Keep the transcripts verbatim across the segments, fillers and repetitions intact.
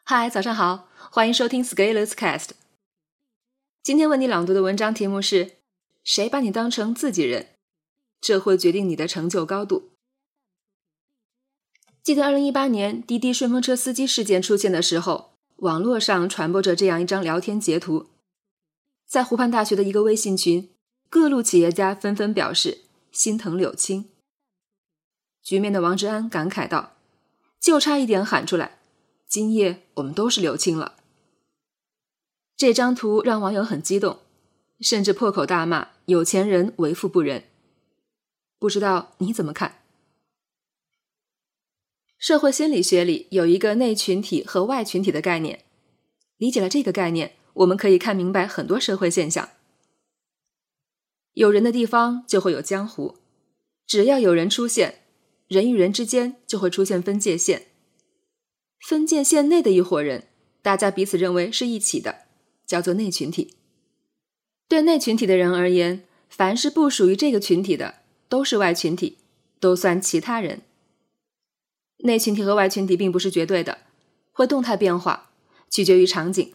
嗨，早上好，欢迎收听 Scalers Cast。 今天为你朗读的文章题目是谁把你当成自己人，这会决定你的成就高度。记得二零一八年滴滴顺风车司机事件出现的时候，网络上传播着这样一张聊天截图。在湖畔大学的一个微信群，各路企业家纷纷表示心疼柳青。局面的王志安感慨道，就差一点喊出来，今夜我们都是柳青了。这张图让网友很激动，甚至破口大骂有钱人为富不仁。不知道你怎么看？社会心理学里有一个内群体和外群体的概念，理解了这个概念，我们可以看明白很多社会现象。有人的地方就会有江湖，只要有人出现，人与人之间就会出现分界线。分界线内的一伙人，大家彼此认为是一起的，叫做内群体。对内群体的人而言，凡是不属于这个群体的，都是外群体，都算其他人。内群体和外群体并不是绝对的，会动态变化，取决于场景。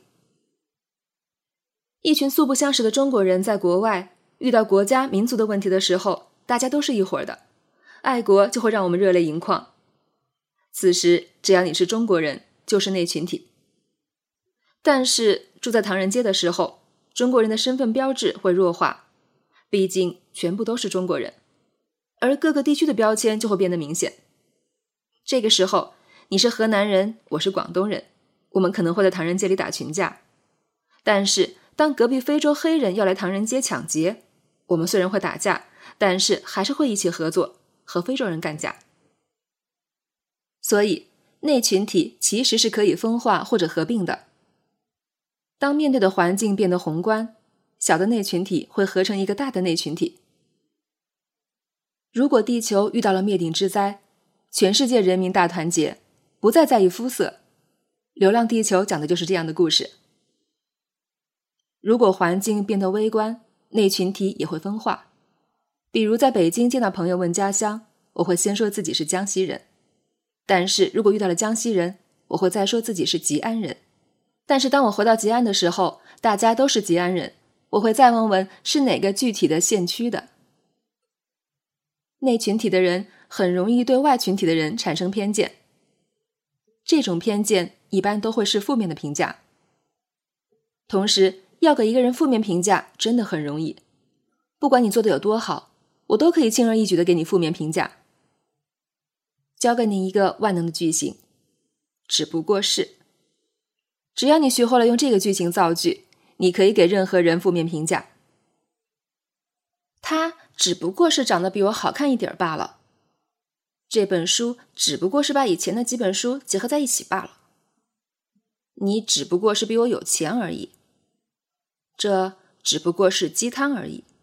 一群素不相识的中国人在国外遇到国家民族的问题的时候，大家都是一伙的，爱国就会让我们热泪盈眶。此时只要你是中国人，就是内群体。但是住在唐人街的时候，中国人的身份标志会弱化，毕竟全部都是中国人，而各个地区的标签就会变得明显。这个时候你是河南人，我是广东人，我们可能会在唐人街里打群架。但是当隔壁非洲黑人要来唐人街抢劫，我们虽然会打架，但是还是会一起合作，和非洲人干架。所以内群体其实是可以分化或者合并的。当面对的环境变得宏观，小的内群体会合成一个大的内群体。如果地球遇到了灭顶之灾，全世界人民大团结，不再在意肤色，流浪地球讲的就是这样的故事。如果环境变得微观，内群体也会分化。比如在北京见到朋友问家乡，我会先说自己是江西人，但是如果遇到了江西人，我会再说自己是吉安人。但是当我回到吉安的时候，大家都是吉安人，我会再问问是哪个具体的县区的。内群体的人很容易对外群体的人产生偏见，这种偏见一般都会是负面的评价。同时要给一个人负面评价真的很容易，不管你做的有多好，我都可以轻而易举地给你负面评价。教给你一个万能的句型，只不过是。只要你学会了用这个句型造句，你可以给任何人负面评价。他只不过是长得比我好看一点罢了。这本书只不过是把以前的几本书结合在一起罢了。你只不过是比我有钱而已。这只不过是鸡汤而已。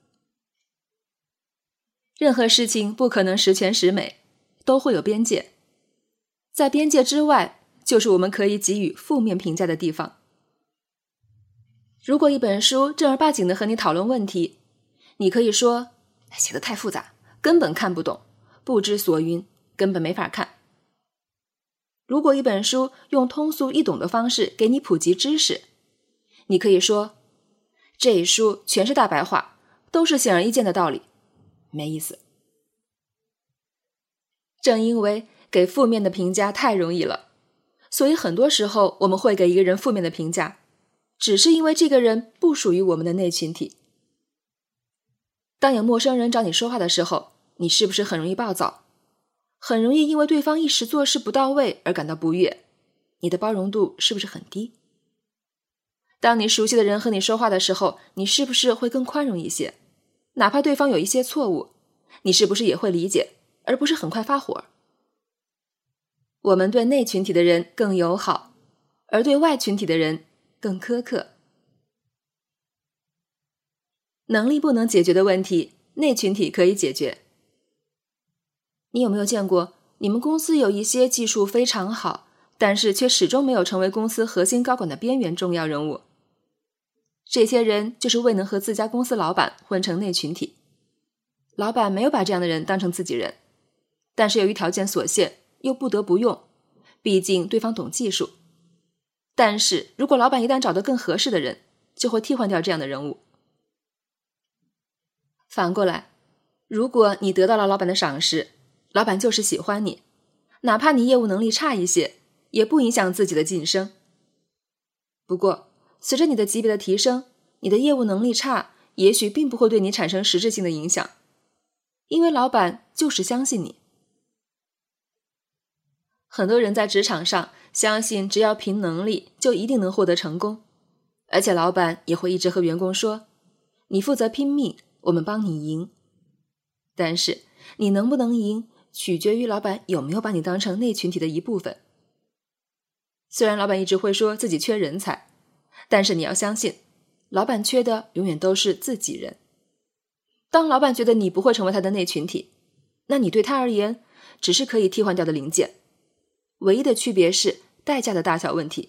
任何事情不可能十全十美，都会有边界。在边界之外，就是我们可以给予负面评价的地方。如果一本书正儿八经地和你讨论问题，你可以说写得太复杂，根本看不懂，不知所云，根本没法看。如果一本书用通俗易懂的方式给你普及知识，你可以说这一书全是大白话，都是显而易见的道理，没意思。正因为给负面的评价太容易了，所以很多时候我们会给一个人负面的评价，只是因为这个人不属于我们的内群体。当有陌生人找你说话的时候，你是不是很容易暴躁？很容易因为对方一时做事不到位而感到不悦，你的包容度是不是很低？当你熟悉的人和你说话的时候，你是不是会更宽容一些？哪怕对方有一些错误，你是不是也会理解，而不是很快发火？我们对内群体的人更友好，而对外群体的人更苛刻。能力不能解决的问题，内群体可以解决。你有没有见过，你们公司有一些技术非常好，但是却始终没有成为公司核心高管的边缘重要人物？这些人就是未能和自家公司老板混成内群体。老板没有把这样的人当成自己人，但是由于条件所限，又不得不用，毕竟对方懂技术。 但是如果老板一旦找到更合适的人，就会替换掉这样的人物。反过来，如果你得到了老板的赏识，老板就是喜欢你，哪怕你业务能力差一些，也不影响自己的晋升。不过，随着你的级别的提升，你的业务能力差，也许并不会对你产生实质性的影响，因为老板就是相信你。很多人在职场上相信只要凭能力就一定能获得成功，而且老板也会一直和员工说，你负责拼命，我们帮你赢。但是你能不能赢，取决于老板有没有把你当成内群体的一部分。虽然老板一直会说自己缺人才，但是你要相信，老板缺的永远都是自己人。当老板觉得你不会成为他的内群体，那你对他而言只是可以替换掉的零件，唯一的区别是代价的大小问题。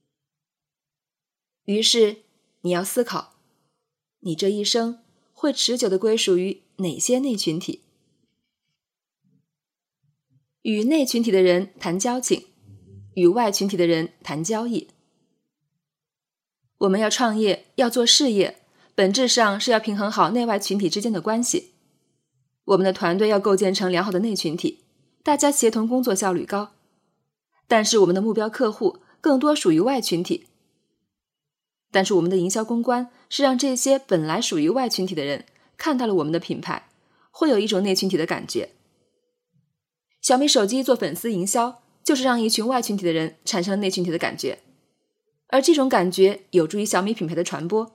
于是你要思考，你这一生会持久地归属于哪些内群体？与内群体的人谈交情，与外群体的人谈交易。我们要创业，要做事业，本质上是要平衡好内外群体之间的关系。我们的团队要构建成良好的内群体，大家协同工作效率高。但是我们的目标客户更多属于外群体。但是我们的营销公关是让这些本来属于外群体的人看到了我们的品牌，会有一种内群体的感觉。小米手机做粉丝营销，就是让一群外群体的人产生了内群体的感觉，而这种感觉有助于小米品牌的传播。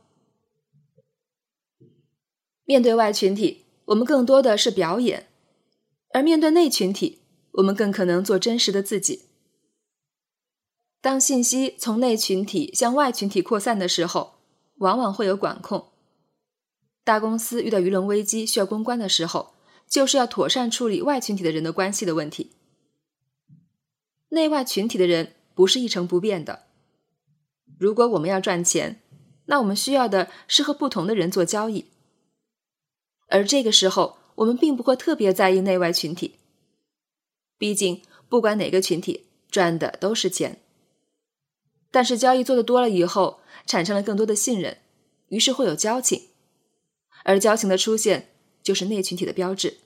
面对外群体，我们更多的是表演，而面对内群体，我们更可能做真实的自己。当信息从内群体向外群体扩散的时候，往往会有管控。大公司遇到舆论危机需要公关的时候，就是要妥善处理外群体的人的关系的问题。内外群体的人不是一成不变的。如果我们要赚钱，那我们需要的是和不同的人做交易。而这个时候，我们并不会特别在意内外群体。毕竟，不管哪个群体，赚的都是钱。但是交易做得多了以后，产生了更多的信任，于是会有交情。而交情的出现，就是内群体的标志。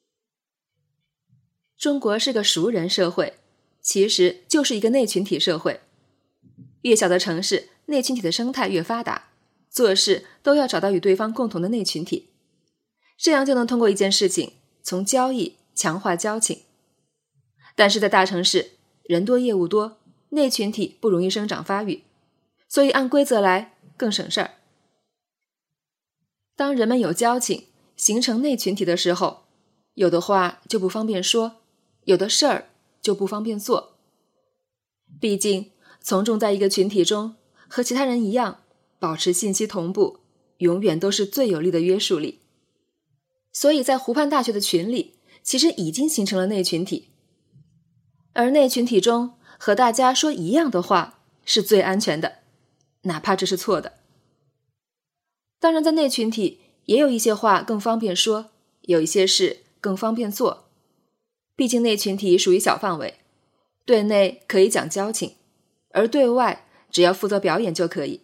中国是个熟人社会，其实就是一个内群体社会。越小的城市，内群体的生态越发达，做事都要找到与对方共同的内群体，这样就能通过一件事情，从交易强化交情。但是在大城市，人多业务多，内群体不容易生长发育，所以按规则来更省事儿。当人们有交情，形成内群体的时候，有的话就不方便说，有的事儿就不方便做。毕竟从众在一个群体中，和其他人一样，保持信息同步，永远都是最有力的约束力。所以在湖畔大学的群里，其实已经形成了内群体。而内群体中，和大家说一样的话是最安全的，哪怕这是错的。当然在内群体也有一些话更方便说，有一些事更方便做。毕竟内群体属于小范围，对内可以讲交情，而对外只要负责表演就可以。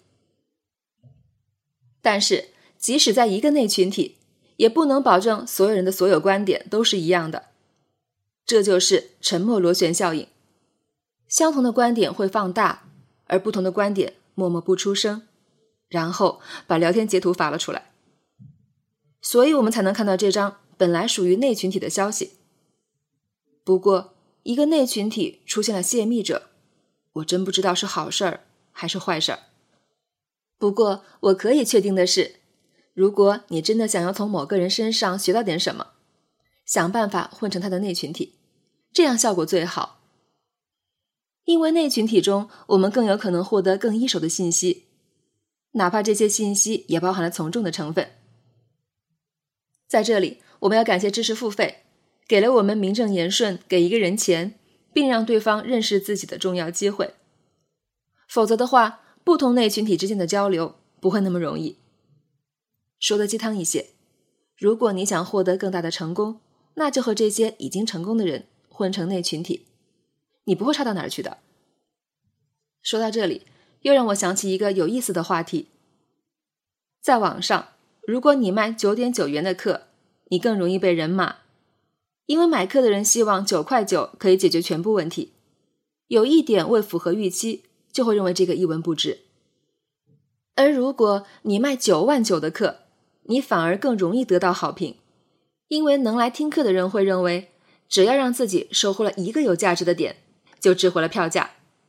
但是即使在一个内群体，也不能保证所有人的所有观点都是一样的。这就是沉默螺旋效应。相同的观点会放大，而不同的观点默默不出声，然后把聊天截图发了出来。所以我们才能看到这张本来属于内群体的消息。不过，一个内群体出现了泄密者，我真不知道是好事儿还是坏事儿。不过，我可以确定的是，如果你真的想要从某个人身上学到点什么，想办法混成他的内群体，这样效果最好。因为内群体中，我们更有可能获得更一手的信息，哪怕这些信息也包含了从众的成分。在这里，我们要感谢知识付费，给了我们名正言顺给一个人钱，并让对方认识自己的重要机会。否则的话，不同内群体之间的交流不会那么容易。说的鸡汤一些，如果你想获得更大的成功，那就和这些已经成功的人混成内群体，你不会差到哪儿去的。说到这里， 又让我想起一个有意思的话题。在网上，如果你卖 九点九元的课，你更容易被人骂，因为买课的人希望九块九可以解决全部问题，有一点未符合预期，就会认为这个一文不值。而如果你卖九万九的课，你反而更容易得到好评，因为能来听课的人会认为，只要让自己收获了一个有价值的点，就值回了票价。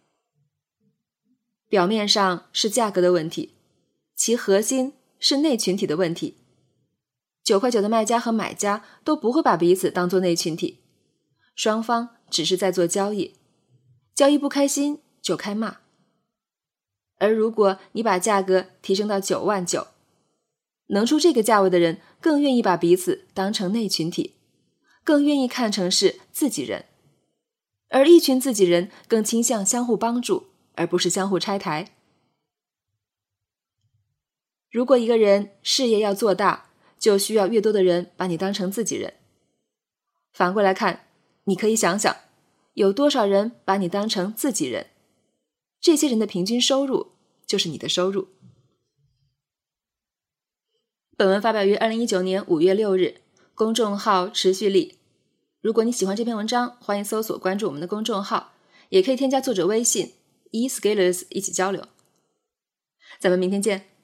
表面上是价格的问题，其核心是内群体的问题。九块九的卖家和买家都不会把彼此当作内群体，双方只是在做交易，交易不开心就开骂。而如果你把价格提升到九万九，能出这个价位的人更愿意把彼此当成内群体，更愿意看成是自己人，而一群自己人更倾向相互帮助，而不是相互拆台。如果一个人事业要做大，就需要越多的人把你当成自己人。反过来看，你可以想想，有多少人把你当成自己人，这些人的平均收入就是你的收入。本文发表于二零一九年五月六日，公众号持续力。如果你喜欢这篇文章，欢迎搜索关注我们的公众号，也可以添加作者微信 eScalers 一起交流。咱们明天见。